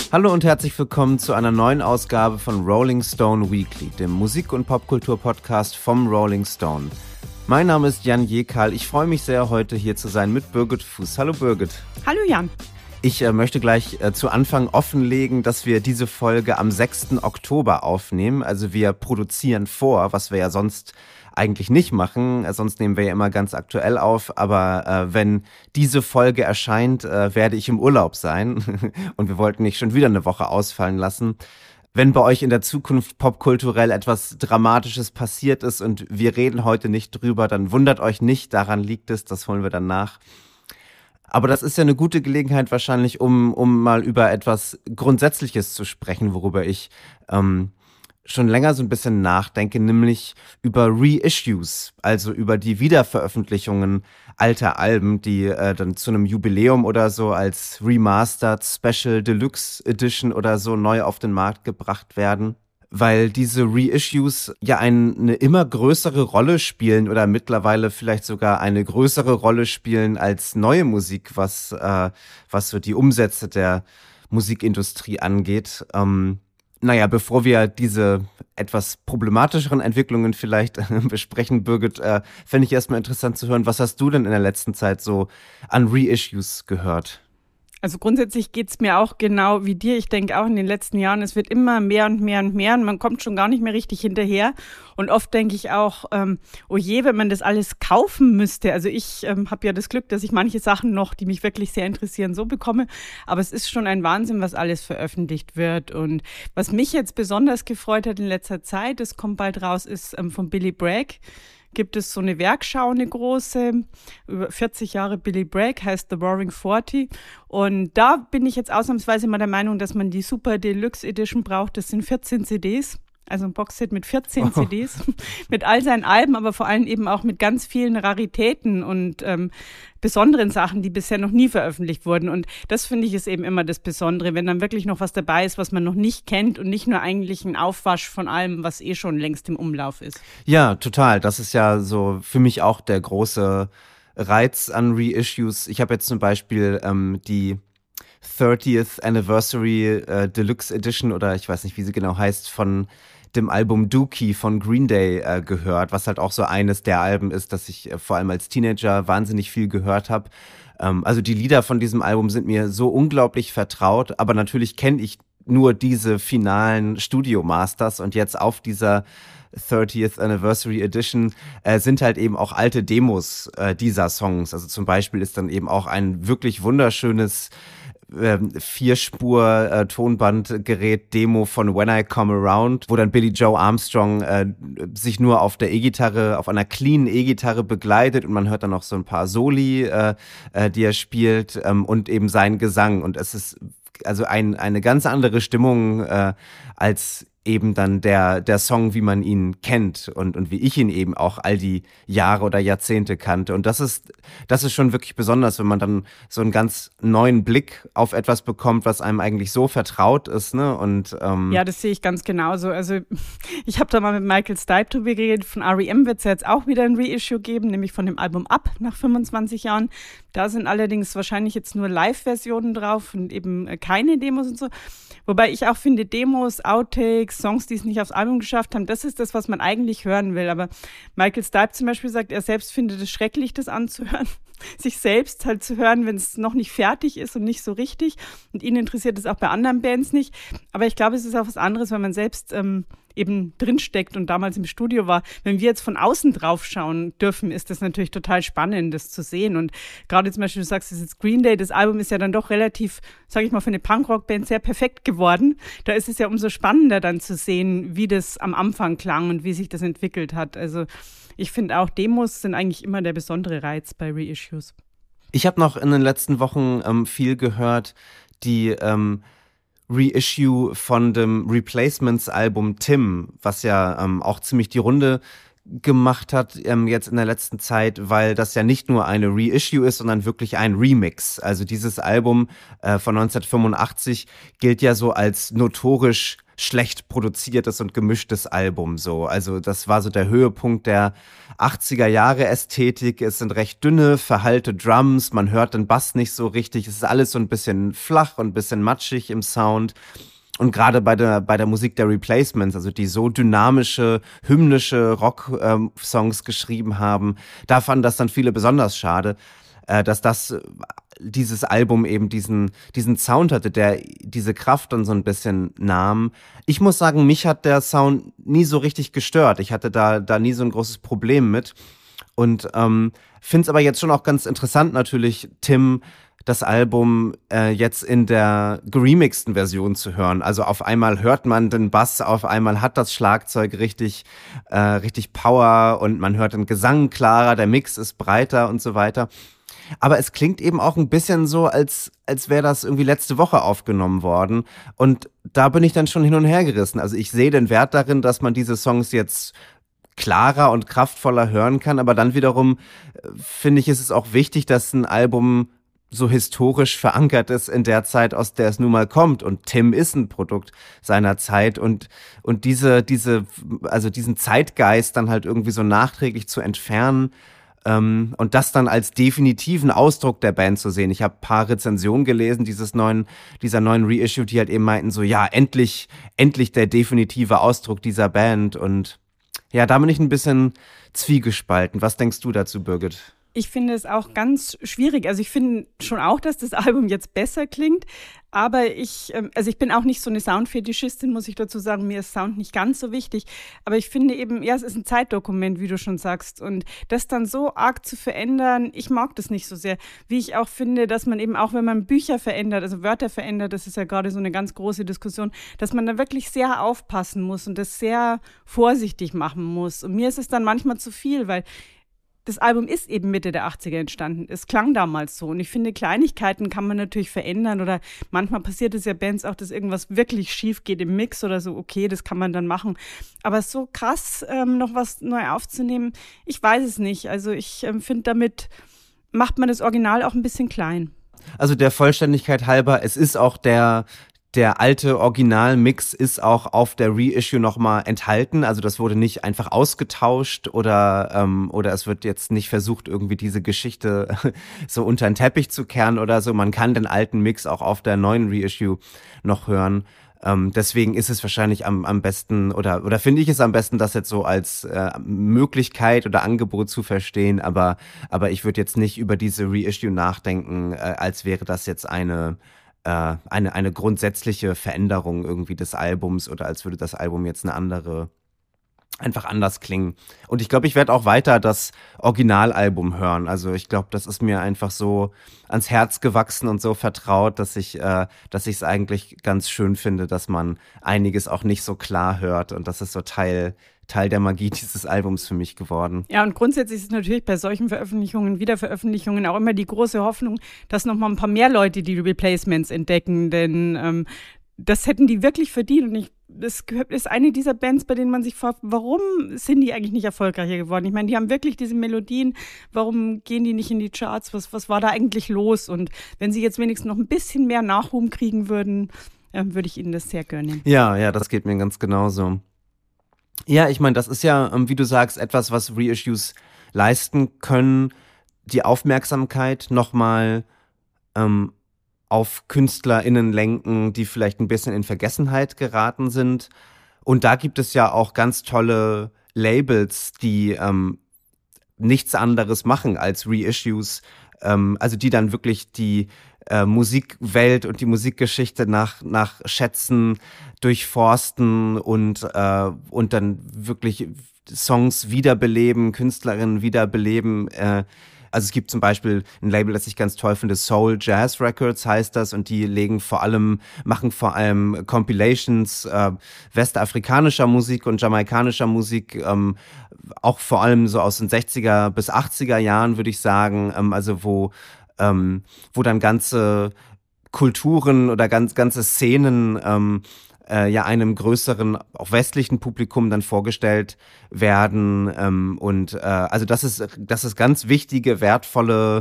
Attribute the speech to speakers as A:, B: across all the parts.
A: Hallo und herzlich willkommen zu einer neuen Ausgabe von Rolling Stone Weekly, dem Musik- und Popkultur-Podcast vom Rolling Stone. Mein Name ist Jan Jekal. Ich freue mich sehr, heute hier zu sein mit Birgit Fuß. Hallo Birgit.
B: Hallo Jan.
A: Ich möchte gleich zu Anfang offenlegen, dass wir diese Folge am 6. Oktober aufnehmen. Also wir produzieren vor, was wir ja sonst eigentlich nicht machen. Sonst nehmen wir ja immer ganz aktuell auf. Aber wenn diese Folge erscheint, werde ich im Urlaub sein. Und wir wollten nicht schon wieder eine Woche ausfallen lassen. Wenn bei euch in der Zukunft popkulturell etwas Dramatisches passiert ist und wir reden heute nicht drüber, dann wundert euch nicht, daran liegt es, das holen wir dann nach. Aber das ist ja eine gute Gelegenheit wahrscheinlich, um mal über etwas Grundsätzliches zu sprechen, worüber ich schon länger so ein bisschen nachdenke, nämlich über Reissues, also über die Wiederveröffentlichungen alter Alben, die dann zu einem Jubiläum oder so als Remastered Special Deluxe Edition oder so neu auf den Markt gebracht werden. Weil diese Reissues ja eine immer größere Rolle spielen oder mittlerweile vielleicht sogar eine größere Rolle spielen als neue Musik, was so die Umsätze der Musikindustrie angeht. Naja, bevor wir diese etwas problematischeren Entwicklungen vielleicht besprechen, Birgit, fände ich erstmal interessant zu hören, was hast du denn in der letzten Zeit so an Reissues gehört?
B: Also grundsätzlich geht's mir auch genau wie dir. Ich denke auch in den letzten Jahren, es wird immer mehr und mehr und mehr und man kommt schon gar nicht mehr richtig hinterher. Und oft denke ich auch, oh je, wenn man das alles kaufen müsste. Also ich habe ja das Glück, dass ich manche Sachen noch, die mich wirklich sehr interessieren, so bekomme. Aber es ist schon ein Wahnsinn, was alles veröffentlicht wird. Und was mich jetzt besonders gefreut hat in letzter Zeit, das kommt bald raus, ist von Billy Bragg. Gibt es so eine Werkschau, eine große, über 40 Jahre Billy Bragg, heißt The Roaring 40. Und da bin ich jetzt ausnahmsweise mal der Meinung, dass man die Super Deluxe Edition braucht. Das sind 14 CDs. Also ein Boxset mit 14 CDs, mit all seinen Alben, aber vor allem eben auch mit ganz vielen Raritäten und besonderen Sachen, die bisher noch nie veröffentlicht wurden. Und das finde ich ist eben immer das Besondere, wenn dann wirklich noch was dabei ist, was man noch nicht kennt und nicht nur eigentlich ein Aufwasch von allem, was eh schon längst im Umlauf ist.
A: Ja, total. Das ist ja so für mich auch der große Reiz an Reissues. Ich habe jetzt zum Beispiel die 30th Anniversary Deluxe Edition oder ich weiß nicht, wie sie genau heißt, von dem Album Dookie von Green Day gehört, was halt auch so eines der Alben ist, das ich vor allem als Teenager wahnsinnig viel gehört habe. Also die Lieder von diesem Album sind mir so unglaublich vertraut, aber natürlich kenne ich nur diese finalen Studio-Masters und jetzt auf dieser 30th Anniversary Edition sind halt eben auch alte Demos dieser Songs. Also zum Beispiel ist dann eben auch ein wirklich wunderschönes 4-Spur-Tonbandgerät-Demo von When I Come Around, wo dann Billie Joe Armstrong sich nur auf der E-Gitarre, auf einer cleanen E-Gitarre begleitet und man hört dann noch so ein paar Soli, die er spielt und eben seinen Gesang. Und es ist also eine ganz andere Stimmung als eben dann der Song, wie man ihn kennt und wie ich ihn eben auch all die Jahre oder Jahrzehnte kannte. Und das ist schon wirklich besonders, wenn man dann so einen ganz neuen Blick auf etwas bekommt, was einem eigentlich so vertraut ist, ne? Und
B: ja, das sehe ich ganz genauso. Also ich habe da mal mit Michael Stipe drüber geredet. Von R.E.M. wird es ja jetzt auch wieder ein Reissue geben, nämlich von dem Album Up nach 25 Jahren. Da sind allerdings wahrscheinlich jetzt nur Live-Versionen drauf und eben keine Demos und so. Wobei ich auch finde, Demos, Outtakes, Songs, die es nicht aufs Album geschafft haben, das ist das, was man eigentlich hören will. Aber Michael Stipe zum Beispiel sagt, er selbst findet es schrecklich, das anzuhören, sich selbst halt zu hören, wenn es noch nicht fertig ist und nicht so richtig. Und ihn interessiert es auch bei anderen Bands nicht. Aber ich glaube, es ist auch was anderes, wenn man selbst eben drinsteckt und damals im Studio war. Wenn wir jetzt von außen drauf schauen dürfen, ist das natürlich total spannend, das zu sehen. Und gerade zum Beispiel, du sagst, das ist jetzt Green Day, das Album ist ja dann doch relativ, sage ich mal, für eine Punkrock-Band sehr perfekt geworden. Da ist es ja umso spannender dann zu sehen, wie das am Anfang klang und wie sich das entwickelt hat. Also ich finde auch, Demos sind eigentlich immer der besondere Reiz bei Reissues.
A: Ich habe noch in den letzten Wochen viel gehört, die Reissue von dem Replacements-Album Tim, was ja auch ziemlich die Runde gemacht hat jetzt in der letzten Zeit, weil das ja nicht nur eine Reissue ist, sondern wirklich ein Remix. Also dieses Album von 1985 gilt ja so als notorisch schlecht produziertes und gemischtes Album so. Also das war so der Höhepunkt der 80er Jahre Ästhetik. Es sind recht dünne, verhallte Drums, man hört den Bass nicht so richtig. Es ist alles so ein bisschen flach und ein bisschen matschig im Sound. Und gerade bei der Musik der Replacements, also die so dynamische, hymnische Rock-Songs geschrieben haben, da fanden das dann viele besonders schade, dass dieses Album eben diesen Sound hatte, der diese Kraft dann so ein bisschen nahm. Ich muss sagen, mich hat der Sound nie so richtig gestört. Ich hatte da nie so ein großes Problem mit. Und finde es aber jetzt schon auch ganz interessant natürlich, Tim, das Album jetzt in der geremixten Version zu hören. Also auf einmal hört man den Bass, auf einmal hat das Schlagzeug richtig Power und man hört den Gesang klarer, der Mix ist breiter und so weiter. Aber es klingt eben auch ein bisschen so, als wäre das irgendwie letzte Woche aufgenommen worden. Und da bin ich dann schon hin und her gerissen. Also ich sehe den Wert darin, dass man diese Songs jetzt klarer und kraftvoller hören kann. Aber dann wiederum finde ich, ist es auch wichtig, dass ein Album so historisch verankert ist in der Zeit, aus der es nun mal kommt. Und Tim ist ein Produkt seiner Zeit. Und also diesen Zeitgeist dann halt irgendwie so nachträglich zu entfernen, und das dann als definitiven Ausdruck der Band zu sehen. Ich habe ein paar Rezensionen gelesen, dieser neuen Reissue, die halt eben meinten so, ja, endlich der definitive Ausdruck dieser Band. Und ja, da bin ich ein bisschen zwiegespalten. Was denkst du dazu, Birgit?
B: Ich finde es auch ganz schwierig. Also ich finde schon auch, dass das Album jetzt besser klingt, aber ich bin auch nicht so eine Soundfetischistin, muss ich dazu sagen. Mir ist Sound nicht ganz so wichtig, aber ich finde eben, ja, es ist ein Zeitdokument, wie du schon sagst, und das dann so arg zu verändern, ich mag das nicht so sehr. Wie ich auch finde, dass man eben auch, wenn man Bücher verändert, also Wörter verändert, das ist ja gerade so eine ganz große Diskussion, dass man da wirklich sehr aufpassen muss und das sehr vorsichtig machen muss. Und mir ist es dann manchmal zu viel, weil das Album ist eben Mitte der 80er entstanden. Es klang damals so. Und ich finde, Kleinigkeiten kann man natürlich verändern. Oder manchmal passiert es ja Bands auch, dass irgendwas wirklich schief geht im Mix oder so. Okay, das kann man dann machen. Aber so krass, noch was neu aufzunehmen, ich weiß es nicht. Also ich finde, damit macht man das Original auch ein bisschen klein.
A: Also der Vollständigkeit halber, es ist auch der alte Originalmix ist auch auf der Reissue nochmal enthalten. Also das wurde nicht einfach ausgetauscht oder es wird jetzt nicht versucht, irgendwie diese Geschichte so unter den Teppich zu kehren oder so. Man kann den alten Mix auch auf der neuen Reissue noch hören. Deswegen ist es wahrscheinlich am besten oder finde ich es am besten, das jetzt so als Möglichkeit oder Angebot zu verstehen. Aber ich würde jetzt nicht über diese Reissue nachdenken, als wäre das jetzt eine grundsätzliche Veränderung irgendwie des Albums oder als würde das Album jetzt einfach anders klingen. Und ich glaube, ich werde auch weiter das Originalalbum hören. Also ich glaube, das ist mir einfach so ans Herz gewachsen und so vertraut, dass ich es eigentlich ganz schön finde, dass man einiges auch nicht so klar hört und das ist so Teil der Magie dieses Albums für mich geworden.
B: Ja, und grundsätzlich ist natürlich bei solchen Veröffentlichungen, Wiederveröffentlichungen auch immer die große Hoffnung, dass noch mal ein paar mehr Leute die Replacements entdecken, denn das hätten die wirklich verdient. Und das ist eine dieser Bands, bei denen man sich fragt, warum sind die eigentlich nicht erfolgreicher geworden? Ich meine, die haben wirklich diese Melodien, warum gehen die nicht in die Charts? Was war da eigentlich los? Und wenn sie jetzt wenigstens noch ein bisschen mehr Nachruhm kriegen würden, würde ich ihnen das sehr gönnen.
A: Ja, das geht mir ganz genauso. Ja, ich meine, das ist ja, wie du sagst, etwas, was Reissues leisten können, die Aufmerksamkeit nochmal auf KünstlerInnen lenken, die vielleicht ein bisschen in Vergessenheit geraten sind. Und da gibt es ja auch ganz tolle Labels, die nichts anderes machen als Reissues, also die dann wirklich die Musikwelt und die Musikgeschichte nach Schätzen durchforsten und dann wirklich Songs wiederbeleben, Künstlerinnen wiederbeleben. Also es gibt zum Beispiel ein Label, das ich ganz toll finde, Soul Jazz Records heißt das, und die machen vor allem Compilations westafrikanischer Musik und jamaikanischer Musik, auch vor allem so aus den 60er bis 80er Jahren, würde ich sagen, also wo dann ganze Kulturen oder ganze Szenen ja einem größeren, auch westlichen Publikum dann vorgestellt werden. Also das ist ganz wichtige, wertvolle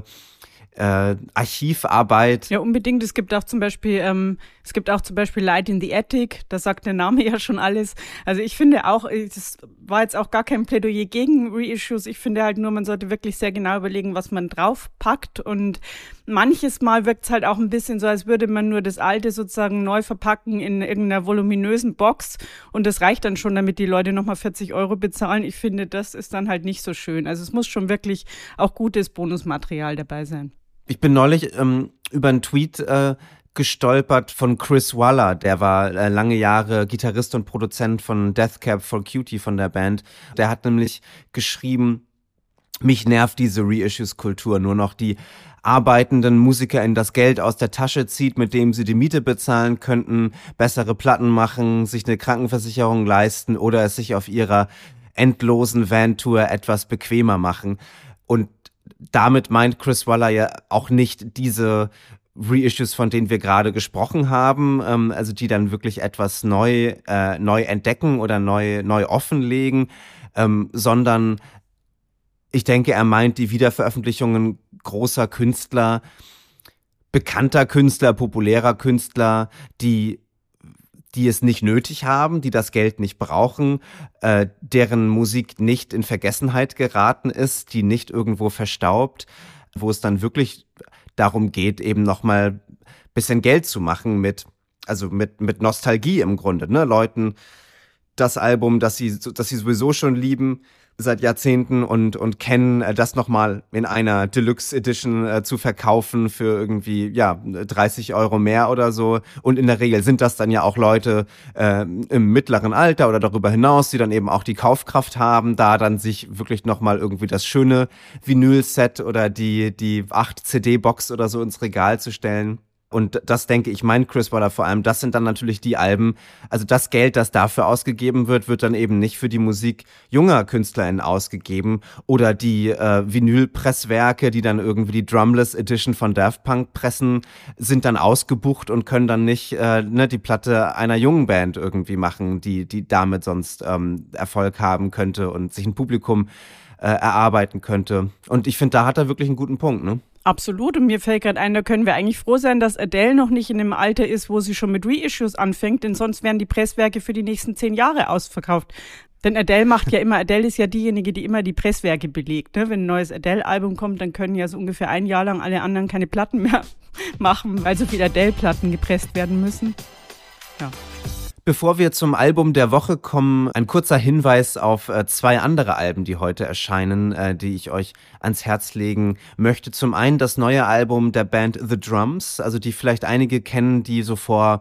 A: Archivarbeit.
B: Ja, unbedingt. Es gibt auch zum Beispiel Light in the Attic, da sagt der Name ja schon alles. Also ich finde auch, das war jetzt auch gar kein Plädoyer gegen Reissues. Ich finde halt nur, man sollte wirklich sehr genau überlegen, was man draufpackt. Und manches Mal wirkt es halt auch ein bisschen so, als würde man nur das Alte sozusagen neu verpacken in irgendeiner voluminösen Box. Und das reicht dann schon, damit die Leute nochmal 40 € bezahlen. Ich finde, das ist dann halt nicht so schön. Also es muss schon wirklich auch gutes Bonusmaterial dabei sein.
A: Ich bin neulich über einen Tweet gestolpert von Chris Waller, der war lange Jahre Gitarrist und Produzent von Death Cab for Cutie von der Band. Der hat nämlich geschrieben, mich nervt diese Reissues-Kultur, nur noch die arbeitenden Musiker in das Geld aus der Tasche zieht, mit dem sie die Miete bezahlen könnten, bessere Platten machen, sich eine Krankenversicherung leisten oder es sich auf ihrer endlosen Van-Tour etwas bequemer machen. Und damit meint Chris Waller ja auch nicht diese Reissues, von denen wir gerade gesprochen haben, also die dann wirklich etwas neu entdecken oder neu offenlegen, sondern ich denke, er meint die Wiederveröffentlichungen großer Künstler, bekannter Künstler, populärer Künstler, die es nicht nötig haben, die das Geld nicht brauchen, deren Musik nicht in Vergessenheit geraten ist, die nicht irgendwo verstaubt, wo es dann wirklich darum geht, eben nochmal ein bisschen Geld zu machen mit Nostalgie im Grunde, ne? Leuten das Album, das sie sowieso schon lieben, seit Jahrzehnten und kennen, das nochmal in einer Deluxe Edition zu verkaufen für irgendwie 30 € mehr oder so. Und in der Regel sind das dann ja auch Leute im mittleren Alter oder darüber hinaus, die dann eben auch die Kaufkraft haben, da dann sich wirklich nochmal irgendwie das schöne Vinyl-Set oder die 8 CD-Box oder so ins Regal zu stellen. Und das denke ich, meint Chris Waller vor allem, das sind dann natürlich die Alben, also das Geld, das dafür ausgegeben wird dann eben nicht für die Musik junger KünstlerInnen ausgegeben oder die Vinylpresswerke, die dann irgendwie die Drumless Edition von Daft Punk pressen, sind dann ausgebucht und können dann nicht die Platte einer jungen Band irgendwie machen, die damit sonst Erfolg haben könnte und sich ein Publikum erarbeiten könnte. Und ich finde, da hat er wirklich einen guten Punkt, ne?
B: Absolut. Und mir fällt gerade ein, da können wir eigentlich froh sein, dass Adele noch nicht in einem Alter ist, wo sie schon mit Reissues anfängt, denn sonst wären die Presswerke für die nächsten 10 Jahre ausverkauft. Denn Adele ist ja diejenige, die immer die Presswerke belegt. Ne? Wenn ein neues Adele-Album kommt, dann können ja so ungefähr ein Jahr lang alle anderen keine Platten mehr machen, weil so viele Adele-Platten gepresst werden müssen. Ja.
A: Bevor wir zum Album der Woche kommen, ein kurzer Hinweis auf 2 andere Alben, die heute erscheinen, die ich euch ans Herz legen möchte. Zum einen das neue Album der Band The Drums, also die vielleicht einige kennen, die so vor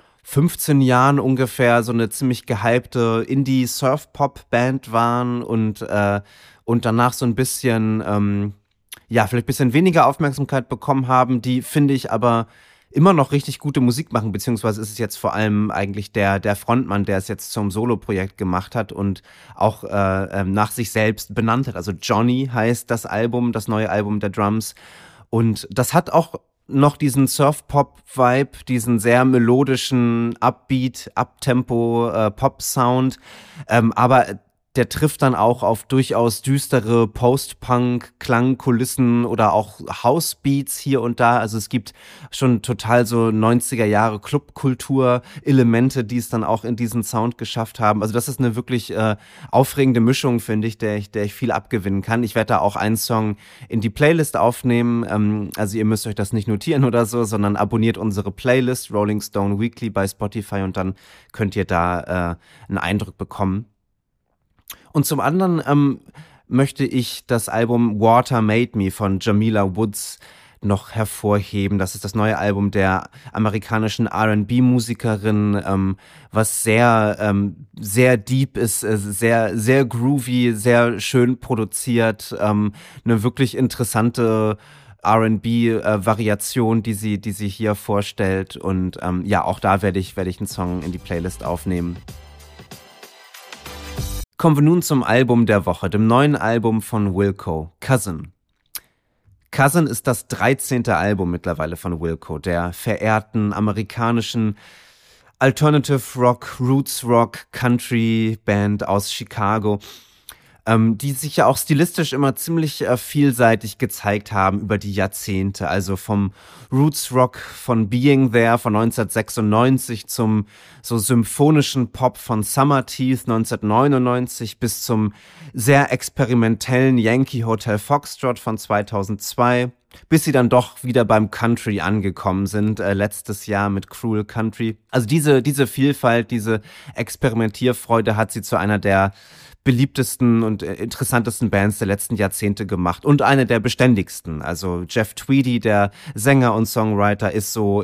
A: 15 Jahren ungefähr so eine ziemlich gehypte Indie-Surf-Pop-Band waren und danach so ein bisschen, vielleicht ein bisschen weniger Aufmerksamkeit bekommen haben, die, finde ich, aber immer noch richtig gute Musik machen, beziehungsweise ist es jetzt vor allem eigentlich der Frontmann, der es jetzt zum Solo-Projekt gemacht hat und auch nach sich selbst benannt hat. Also Johnny heißt das neue Album der Drums. Und das hat auch noch diesen Surf-Pop-Vibe, diesen sehr melodischen Upbeat, Uptempo, Pop-Sound, aber der trifft dann auch auf durchaus düstere Post-Punk-Klangkulissen oder auch House-Beats hier und da. Also es gibt schon total so 90er Jahre Clubkultur-Elemente, die es dann auch in diesen Sound geschafft haben. Also das ist eine wirklich aufregende Mischung, finde ich, der ich viel abgewinnen kann. Ich werde da auch einen Song in die Playlist aufnehmen. Also ihr müsst euch das nicht notieren oder so, sondern abonniert unsere Playlist Rolling Stone Weekly bei Spotify und dann könnt ihr da einen Eindruck bekommen. Und zum anderen möchte ich das Album Water Made Me von Jamila Woods noch hervorheben. Das ist das neue Album der amerikanischen R&B-Musikerin, was sehr deep ist, sehr, sehr groovy, sehr schön produziert, eine wirklich interessante R&B-Variation, die sie hier vorstellt. Und auch da werde ich einen Song in die Playlist aufnehmen. Kommen wir nun zum Album der Woche, dem neuen Album von Wilco, Cousin. Cousin ist das 13. Album mittlerweile von Wilco, der verehrten amerikanischen Alternative Rock, Roots Rock, Country Band aus Chicago, die sich ja auch stilistisch immer ziemlich vielseitig gezeigt haben über die Jahrzehnte. Also vom Roots Rock von Being There von 1996 zum so symphonischen Pop von Summer Teeth 1999 bis zum sehr experimentellen Yankee Hotel Foxtrot von 2002. Bis sie dann doch wieder beim Country angekommen sind, letztes Jahr mit Cruel Country. Also diese Vielfalt, diese Experimentierfreude hat sie zu einer der beliebtesten und interessantesten Bands der letzten Jahrzehnte gemacht und eine der beständigsten. Also Jeff Tweedy, der Sänger und Songwriter, ist so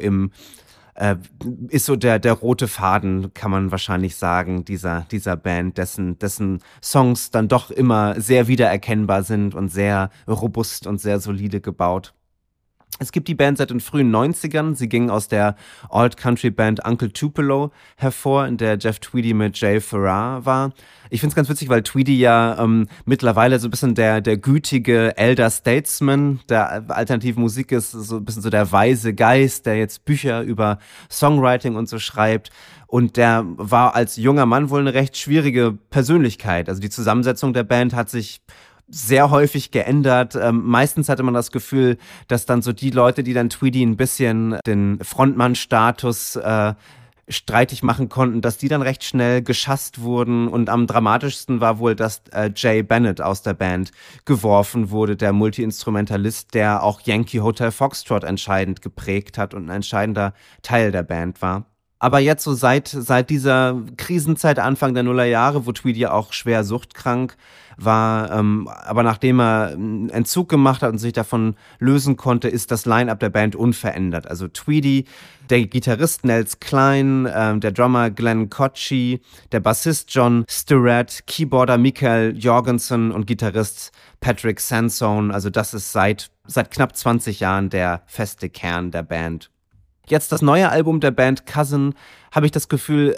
A: der rote Faden, kann man wahrscheinlich sagen, dieser Band, dessen Songs dann doch immer sehr wiedererkennbar sind und sehr robust und sehr solide gebaut. Es gibt die Band seit den frühen 90ern. Sie ging aus der Alt-Country-Band Uncle Tupelo hervor, in der Jeff Tweedy mit Jay Farrar war. Ich finde es ganz witzig, weil Tweedy ja mittlerweile so ein bisschen der gütige Elder Statesman der alternativen Musik ist, so ein bisschen so der weise Geist, der jetzt Bücher über Songwriting und so schreibt. Und der war als junger Mann wohl eine recht schwierige Persönlichkeit. Also die Zusammensetzung der Band hat sich sehr häufig geändert. Meistens hatte man das Gefühl, dass dann so die Leute, die dann Tweedy ein bisschen den Frontmann-Status streitig machen konnten, dass die dann recht schnell geschasst wurden. Und am dramatischsten war wohl, dass Jay Bennett aus der Band geworfen wurde, der Multi-Instrumentalist, der auch Yankee Hotel Foxtrot entscheidend geprägt hat und ein entscheidender Teil der Band war. Aber jetzt so seit dieser Krisenzeit Anfang der Nullerjahre, wo Tweedy auch schwer suchtkrank war, aber nachdem er einen Entzug gemacht hat und sich davon lösen konnte, ist das Line-Up der Band unverändert. Also Tweedy, der Gitarrist Nels Klein, der Drummer Glenn Kotche, der Bassist John Sturett, Keyboarder Michael Jorgensen und Gitarrist Patrick Sansone. Also das ist seit knapp 20 Jahren der feste Kern der Band. Jetzt das neue Album der Band Cousin, habe ich das Gefühl,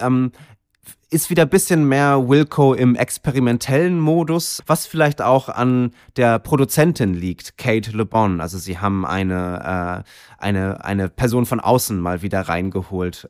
A: ist wieder ein bisschen mehr Wilco im experimentellen Modus, was vielleicht auch an der Produzentin liegt, Kate Le Bon. Also sie haben eine Person von außen mal wieder reingeholt.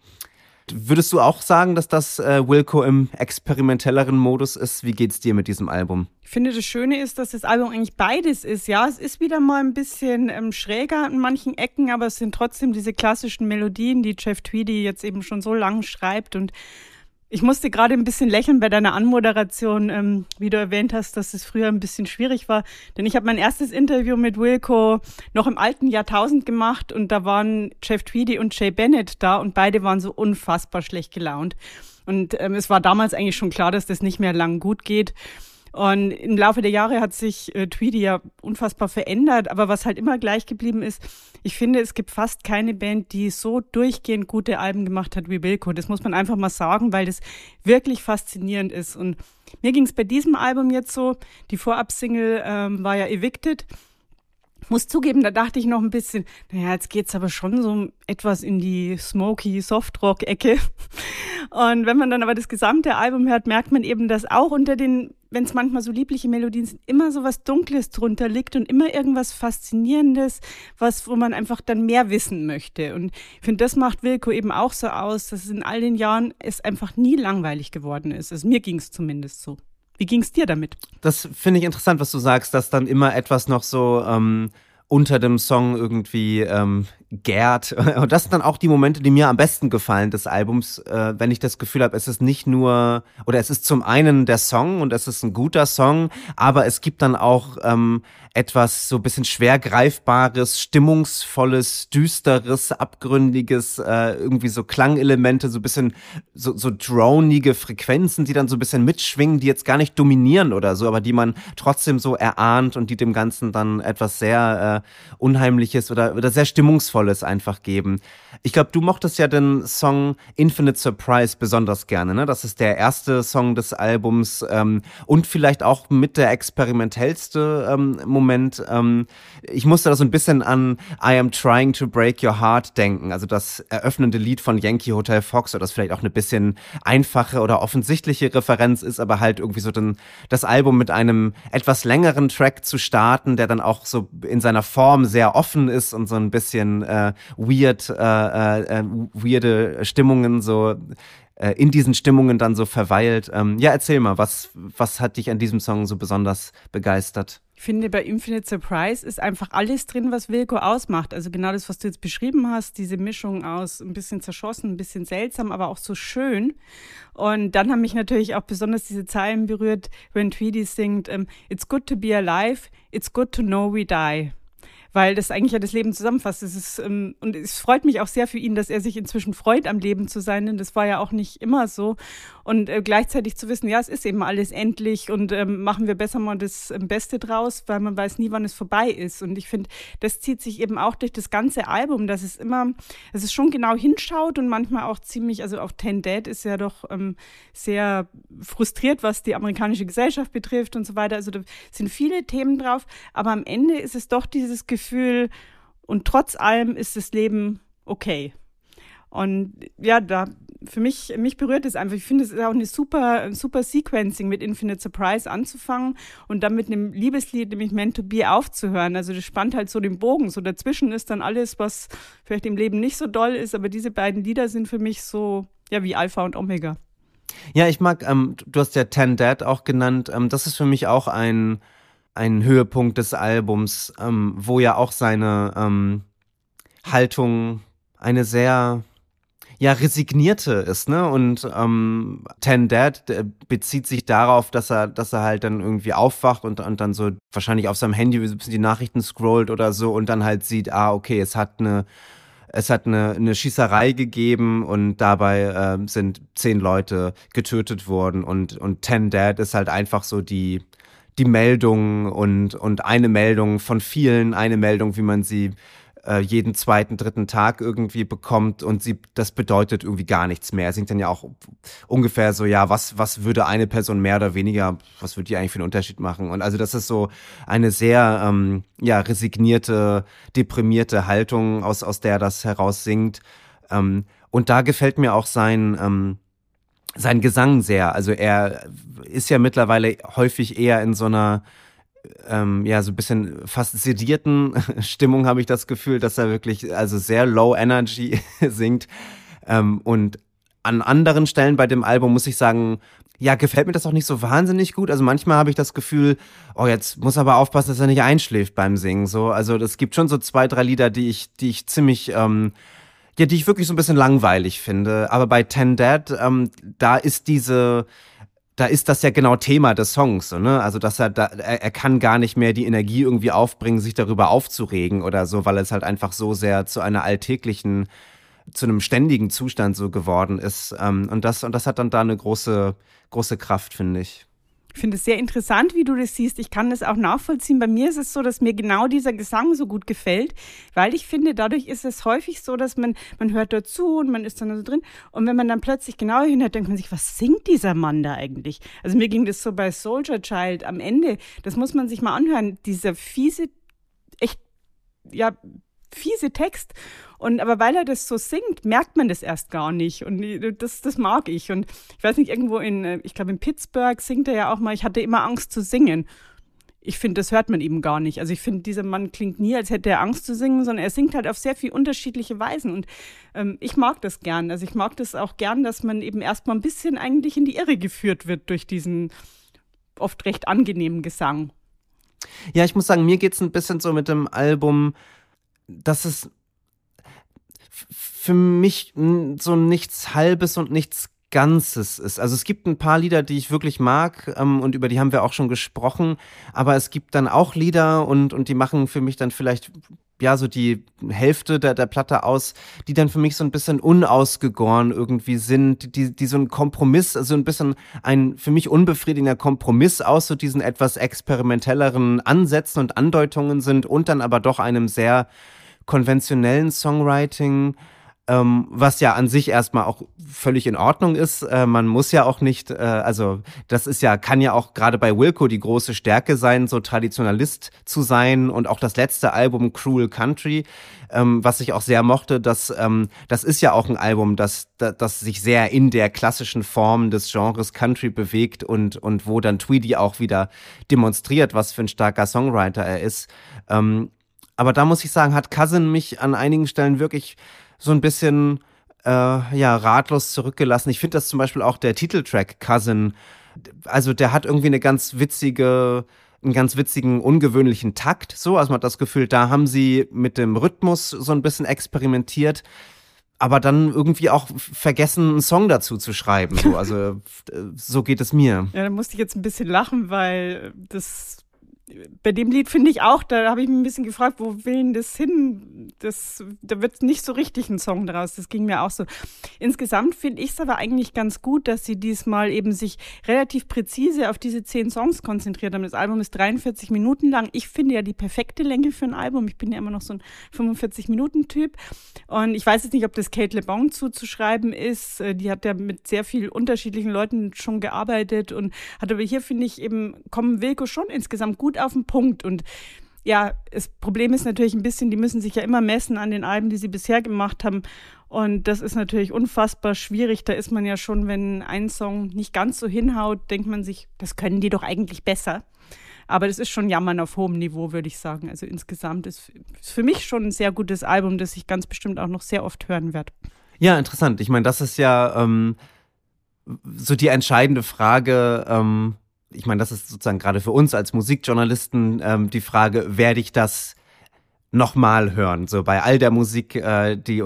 A: Würdest du auch sagen, dass das Wilco im experimentelleren Modus ist? Wie geht's dir mit diesem Album?
B: Ich finde, das Schöne ist, dass das Album eigentlich beides ist. Ja, es ist wieder mal ein bisschen schräger an manchen Ecken, aber es sind trotzdem diese klassischen Melodien, die Jeff Tweedy jetzt eben schon so lang schreibt. Und ich musste gerade ein bisschen lächeln bei deiner Anmoderation, wie du erwähnt hast, dass es früher ein bisschen schwierig war. Denn ich habe mein erstes Interview mit Wilco noch im alten Jahrtausend gemacht und da waren Jeff Tweedy und Jay Bennett da und beide waren so unfassbar schlecht gelaunt. Und es war damals eigentlich schon klar, dass das nicht mehr lang gut geht. Und im Laufe der Jahre hat sich Tweedy ja unfassbar verändert, aber was halt immer gleich geblieben ist, ich finde, es gibt fast keine Band, die so durchgehend gute Alben gemacht hat wie Wilco. Das muss man einfach mal sagen, weil das wirklich faszinierend ist. Und mir ging es bei diesem Album jetzt so, die Vorabsingle war ja Evicted. Muss zugeben, da dachte ich noch ein bisschen, naja, jetzt geht's aber schon so etwas in die smoky Softrock-Ecke. Und wenn man dann aber das gesamte Album hört, merkt man eben, dass auch unter den, wenn es manchmal so liebliche Melodien sind, immer so was Dunkles drunter liegt und immer irgendwas Faszinierendes, wo man einfach dann mehr wissen möchte. Und ich finde, das macht Wilco eben auch so aus, dass es in all den Jahren es einfach nie langweilig geworden ist. Also mir ging es zumindest so. Wie ging es dir damit?
A: Das finde ich interessant, was du sagst, dass dann immer etwas noch so unter dem Song irgendwie gärt. Und das sind dann auch die Momente, die mir am besten gefallen des Albums, wenn ich das Gefühl habe, es ist nicht nur, oder es ist zum einen der Song und es ist ein guter Song, aber es gibt dann auch etwas so ein bisschen schwer greifbares, stimmungsvolles, düsteres, abgründiges, irgendwie so Klangelemente, so ein bisschen so dronige Frequenzen, die dann so ein bisschen mitschwingen, die jetzt gar nicht dominieren oder so, aber die man trotzdem so erahnt und die dem Ganzen dann etwas sehr Unheimliches oder sehr Stimmungsvolles einfach geben. Ich glaube, du mochtest ja den Song Infinite Surprise besonders gerne, ne? Das ist der erste Song des Albums und vielleicht auch mit der experimentellste Moment. Ich musste da so ein bisschen an I Am Trying to Break Your Heart denken, also das eröffnende Lied von Yankee Hotel Foxtrot, das vielleicht auch eine bisschen einfache oder offensichtliche Referenz ist, aber halt irgendwie so das Album mit einem etwas längeren Track zu starten, der dann auch so in seiner Form sehr offen ist und so ein bisschen weirde Stimmungen so in diesen Stimmungen dann so verweilt. Ja, erzähl mal, was hat dich an diesem Song so besonders begeistert?
B: Ich finde, bei Infinite Surprise ist einfach alles drin, was Wilco ausmacht. Also genau das, was du jetzt beschrieben hast, diese Mischung aus ein bisschen zerschossen, ein bisschen seltsam, aber auch so schön. Und dann haben mich natürlich auch besonders diese Zeilen berührt, wenn Tweedy singt, It's good to be alive, it's good to know we die. Weil das eigentlich ja das Leben zusammenfasst. Und es freut mich auch sehr für ihn, dass er sich inzwischen freut, am Leben zu sein, denn das war ja auch nicht immer so. Und gleichzeitig zu wissen, ja, es ist eben alles endlich und machen wir besser mal das Beste draus, weil man weiß nie, wann es vorbei ist. Und ich finde, das zieht sich eben auch durch das ganze Album, dass es schon genau hinschaut und manchmal auch ziemlich, also auch 10 Dead ist ja doch sehr frustriert, was die amerikanische Gesellschaft betrifft und so weiter. Also da sind viele Themen drauf, aber am Ende ist es doch dieses Gefühl, und trotz allem ist das Leben okay. Und ja, mich berührt es einfach. Ich finde, es ist auch eine super Sequencing mit Infinite Surprise anzufangen und dann mit einem Liebeslied, nämlich Meant to Be, aufzuhören. Also das spannt halt so den Bogen. So dazwischen ist dann alles, was vielleicht im Leben nicht so doll ist, aber diese beiden Lieder sind für mich so, ja, wie Alpha und Omega.
A: Ja, ich mag, du hast ja 10 Dead auch genannt, das ist für mich auch ein Höhepunkt des Albums, wo ja auch seine Haltung eine sehr resignierte ist, ne? Und 10 Dead bezieht sich darauf, dass er halt dann irgendwie aufwacht und dann so wahrscheinlich auf seinem Handy die Nachrichten scrollt oder so und dann halt sieht, okay, es hat eine Schießerei gegeben und dabei sind 10 Leute getötet worden und 10 Dead ist halt einfach so die Meldung und eine Meldung von vielen, eine Meldung, wie man sie jeden zweiten, dritten Tag irgendwie bekommt und das bedeutet irgendwie gar nichts mehr. Er singt dann ja auch ungefähr so, ja, was würde eine Person mehr oder weniger, was würde die eigentlich für einen Unterschied machen? Und also das ist so eine sehr, resignierte, deprimierte Haltung, aus der das heraus singt. Und da gefällt mir auch sein Gesang sehr. Also er ist ja mittlerweile häufig eher in so einer so ein bisschen fast sedierten Stimmung, habe ich das Gefühl, dass er wirklich also sehr low energy singt. Und an anderen Stellen bei dem Album muss ich sagen, ja, gefällt mir das auch nicht so wahnsinnig gut. Also manchmal habe ich das Gefühl, jetzt muss er aber aufpassen, dass er nicht einschläft beim Singen. So, also es gibt schon so 2, 3 Lieder, die ich ziemlich die ich wirklich so ein bisschen langweilig finde. Aber bei 10 Dead, da ist das ja genau Thema des Songs, so, ne? Also, dass er kann gar nicht mehr die Energie irgendwie aufbringen, sich darüber aufzuregen oder so, weil es halt einfach so sehr zu einem ständigen Zustand so geworden ist. Und das hat dann da eine große, große Kraft, finde ich.
B: Ich finde es sehr interessant, wie du das siehst. Ich kann das auch nachvollziehen. Bei mir ist es so, dass mir genau dieser Gesang so gut gefällt, weil ich finde, dadurch ist es häufig so, dass man hört dazu und man ist dann so drin. Und wenn man dann plötzlich genauer hinhört, denkt man sich, was singt dieser Mann da eigentlich? Also mir ging das so bei Soldier Child am Ende. Das muss man sich mal anhören. Dieser fiese Text. Aber weil er das so singt, merkt man das erst gar nicht. Und das mag ich. Und ich weiß nicht, irgendwo ich glaube in Pittsburgh singt er ja auch mal, ich hatte immer Angst zu singen. Ich finde, das hört man eben gar nicht. Also ich finde, dieser Mann klingt nie, als hätte er Angst zu singen, sondern er singt halt auf sehr viel unterschiedliche Weisen. Und ich mag das gern. Also ich mag das auch gern, dass man eben erstmal ein bisschen eigentlich in die Irre geführt wird durch diesen oft recht angenehmen Gesang.
A: Ja, ich muss sagen, mir geht's ein bisschen so mit dem Album, dass es für mich so nichts Halbes und nichts Ganzes ist. Also es gibt ein paar Lieder, die ich wirklich mag und über die haben wir auch schon gesprochen, aber es gibt dann auch Lieder und die machen für mich dann vielleicht so die Hälfte der Platte aus, die dann für mich so ein bisschen unausgegoren irgendwie sind, die so ein Kompromiss, also ein bisschen ein für mich unbefriedigender Kompromiss aus so diesen etwas experimentelleren Ansätzen und Andeutungen sind und dann aber doch einem sehr konventionellen Songwriting, was ja an sich erstmal auch völlig in Ordnung ist. Man muss ja auch nicht, also das kann ja auch gerade bei Wilco die große Stärke sein, so Traditionalist zu sein und auch das letzte Album Cruel Country, was ich auch sehr mochte, das ist ja auch ein Album, das sich sehr in der klassischen Form des Genres Country bewegt und wo dann Tweedy auch wieder demonstriert, was für ein starker Songwriter er ist. Aber da muss ich sagen, hat Cousin mich an einigen Stellen wirklich so ein bisschen ratlos zurückgelassen. Ich finde das zum Beispiel auch der Titeltrack Cousin, also der hat irgendwie einen ganz witzigen, ungewöhnlichen Takt. So, also man hat das Gefühl, da haben sie mit dem Rhythmus so ein bisschen experimentiert, aber dann irgendwie auch vergessen, einen Song dazu zu schreiben. So, also so geht es mir.
B: Ja, da musste ich jetzt ein bisschen lachen, weil bei dem Lied finde ich auch, da habe ich mich ein bisschen gefragt, wo will denn das hin? Da wird nicht so richtig ein Song draus. Das ging mir auch so. Insgesamt finde ich es aber eigentlich ganz gut, dass sie diesmal eben sich relativ präzise auf diese 10 Songs konzentriert haben. Das Album ist 43 Minuten lang. Ich finde ja die perfekte Länge für ein Album. Ich bin ja immer noch so ein 45-Minuten-Typ. Und ich weiß jetzt nicht, ob das Cate LeBon zuzuschreiben ist. Die hat ja mit sehr vielen unterschiedlichen Leuten schon gearbeitet und hat aber hier, finde ich, eben kommen Wilco schon insgesamt gut auf den Punkt. Und ja, das Problem ist natürlich ein bisschen, die müssen sich ja immer messen an den Alben, die sie bisher gemacht haben. Und das ist natürlich unfassbar schwierig. Da ist man ja schon, wenn ein Song nicht ganz so hinhaut, denkt man sich, das können die doch eigentlich besser. Aber das ist schon Jammern auf hohem Niveau, würde ich sagen. Also insgesamt ist für mich schon ein sehr gutes Album, das ich ganz bestimmt auch noch sehr oft hören werde.
A: Ja, interessant. Ich meine, das ist ja so die entscheidende Frage. Ich meine, das ist sozusagen gerade für uns als Musikjournalisten die Frage, werde ich das nochmal hören? So bei all der Musik, die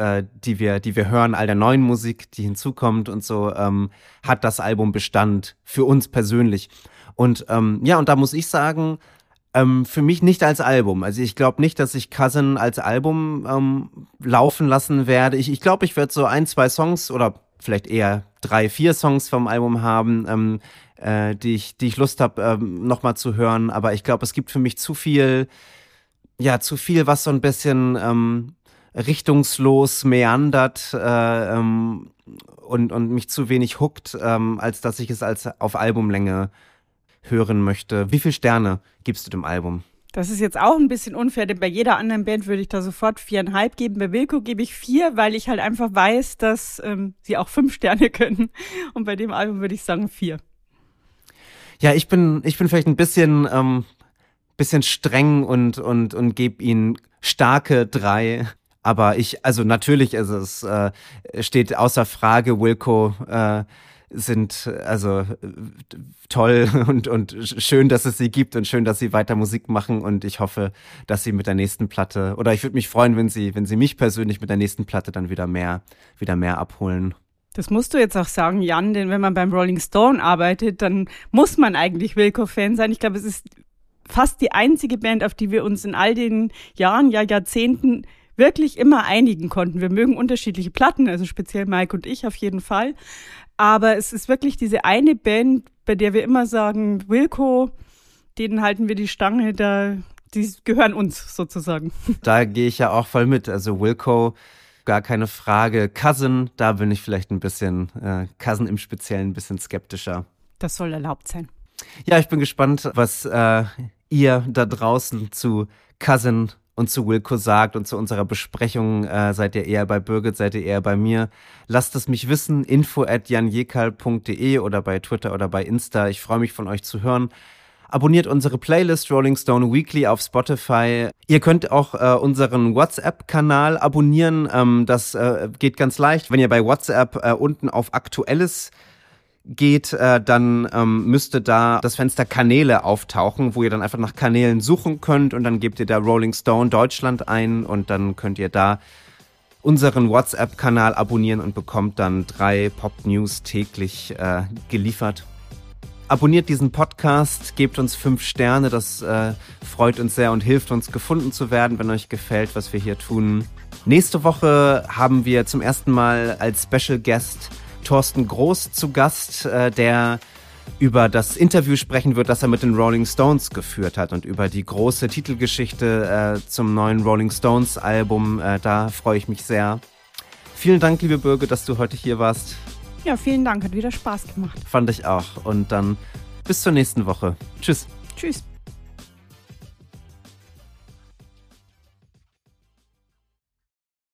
A: wir hören, all der neuen Musik, die hinzukommt und so, hat das Album Bestand für uns persönlich. Und und da muss ich sagen, für mich nicht als Album. Also ich glaube nicht, dass ich Cousin als Album laufen lassen werde. Ich glaube, ich werde so 1, 2 Songs oder vielleicht eher 3, 4 Songs vom Album haben, die ich Lust habe, nochmal zu hören. Aber ich glaube, es gibt für mich zu viel, was so ein bisschen richtungslos meandert und mich zu wenig hookt, als dass ich es als auf Albumlänge hören möchte. Wie viele Sterne gibst du dem Album?
B: Das ist jetzt auch ein bisschen unfair, denn bei jeder anderen Band würde ich da sofort 4,5 geben. Bei Wilco gebe ich 4, weil ich halt einfach weiß, dass sie auch 5 Sterne können. Und bei dem Album würde ich sagen 4.
A: Ja, ich bin vielleicht ein bisschen streng und gebe ihnen starke 3. Aber natürlich, es steht außer Frage, Wilco sind also toll und schön, dass es sie gibt und schön, dass sie weiter Musik machen und ich hoffe, dass sie mit der nächsten Platte, oder ich würde mich freuen, wenn sie mich persönlich mit der nächsten Platte dann wieder mehr abholen.
B: Das musst du jetzt auch sagen, Jan, denn wenn man beim Rolling Stone arbeitet, dann muss man eigentlich Wilco-Fan sein. Ich glaube, es ist fast die einzige Band, auf die wir uns in all den Jahren, Jahrzehnten wirklich immer einigen konnten. Wir mögen unterschiedliche Platten, also speziell Mike und ich auf jeden Fall. Aber es ist wirklich diese eine Band, bei der wir immer sagen, Wilco, denen halten wir die Stange, die gehören uns sozusagen.
A: Da gehe ich ja auch voll mit. Also Wilco, gar keine Frage. Cousin, da bin ich vielleicht ein bisschen, Cousin im Speziellen ein bisschen skeptischer.
B: Das soll erlaubt sein.
A: Ja, ich bin gespannt, was ihr da draußen zu Cousin und zu Wilco sagt und zu unserer Besprechung. Seid ihr eher bei Birgit, seid ihr eher bei mir? Lasst es mich wissen, info@janjekal.de oder bei Twitter oder bei Insta. Ich freue mich, von euch zu hören. Abonniert unsere Playlist Rolling Stone Weekly auf Spotify. Ihr könnt auch unseren WhatsApp-Kanal abonnieren. Das geht ganz leicht. Wenn ihr bei WhatsApp unten auf Aktuelles geht, dann müsste da das Fenster Kanäle auftauchen, wo ihr dann einfach nach Kanälen suchen könnt und dann gebt ihr da Rolling Stone Deutschland ein und dann könnt ihr da unseren WhatsApp-Kanal abonnieren und bekommt dann 3 Pop-News täglich geliefert. Abonniert diesen Podcast, gebt uns 5 Sterne, das freut uns sehr und hilft uns, gefunden zu werden, wenn euch gefällt, was wir hier tun. Nächste Woche haben wir zum ersten Mal als Special Guest Thorsten Groß zu Gast, der über das Interview sprechen wird, das er mit den Rolling Stones geführt hat und über die große Titelgeschichte zum neuen Rolling Stones Album. Da freue ich mich sehr. Vielen Dank, liebe Birgit, dass du heute hier warst.
B: Ja, vielen Dank, hat wieder Spaß gemacht.
A: Fand ich auch. Und dann bis zur nächsten Woche. Tschüss.
B: Tschüss.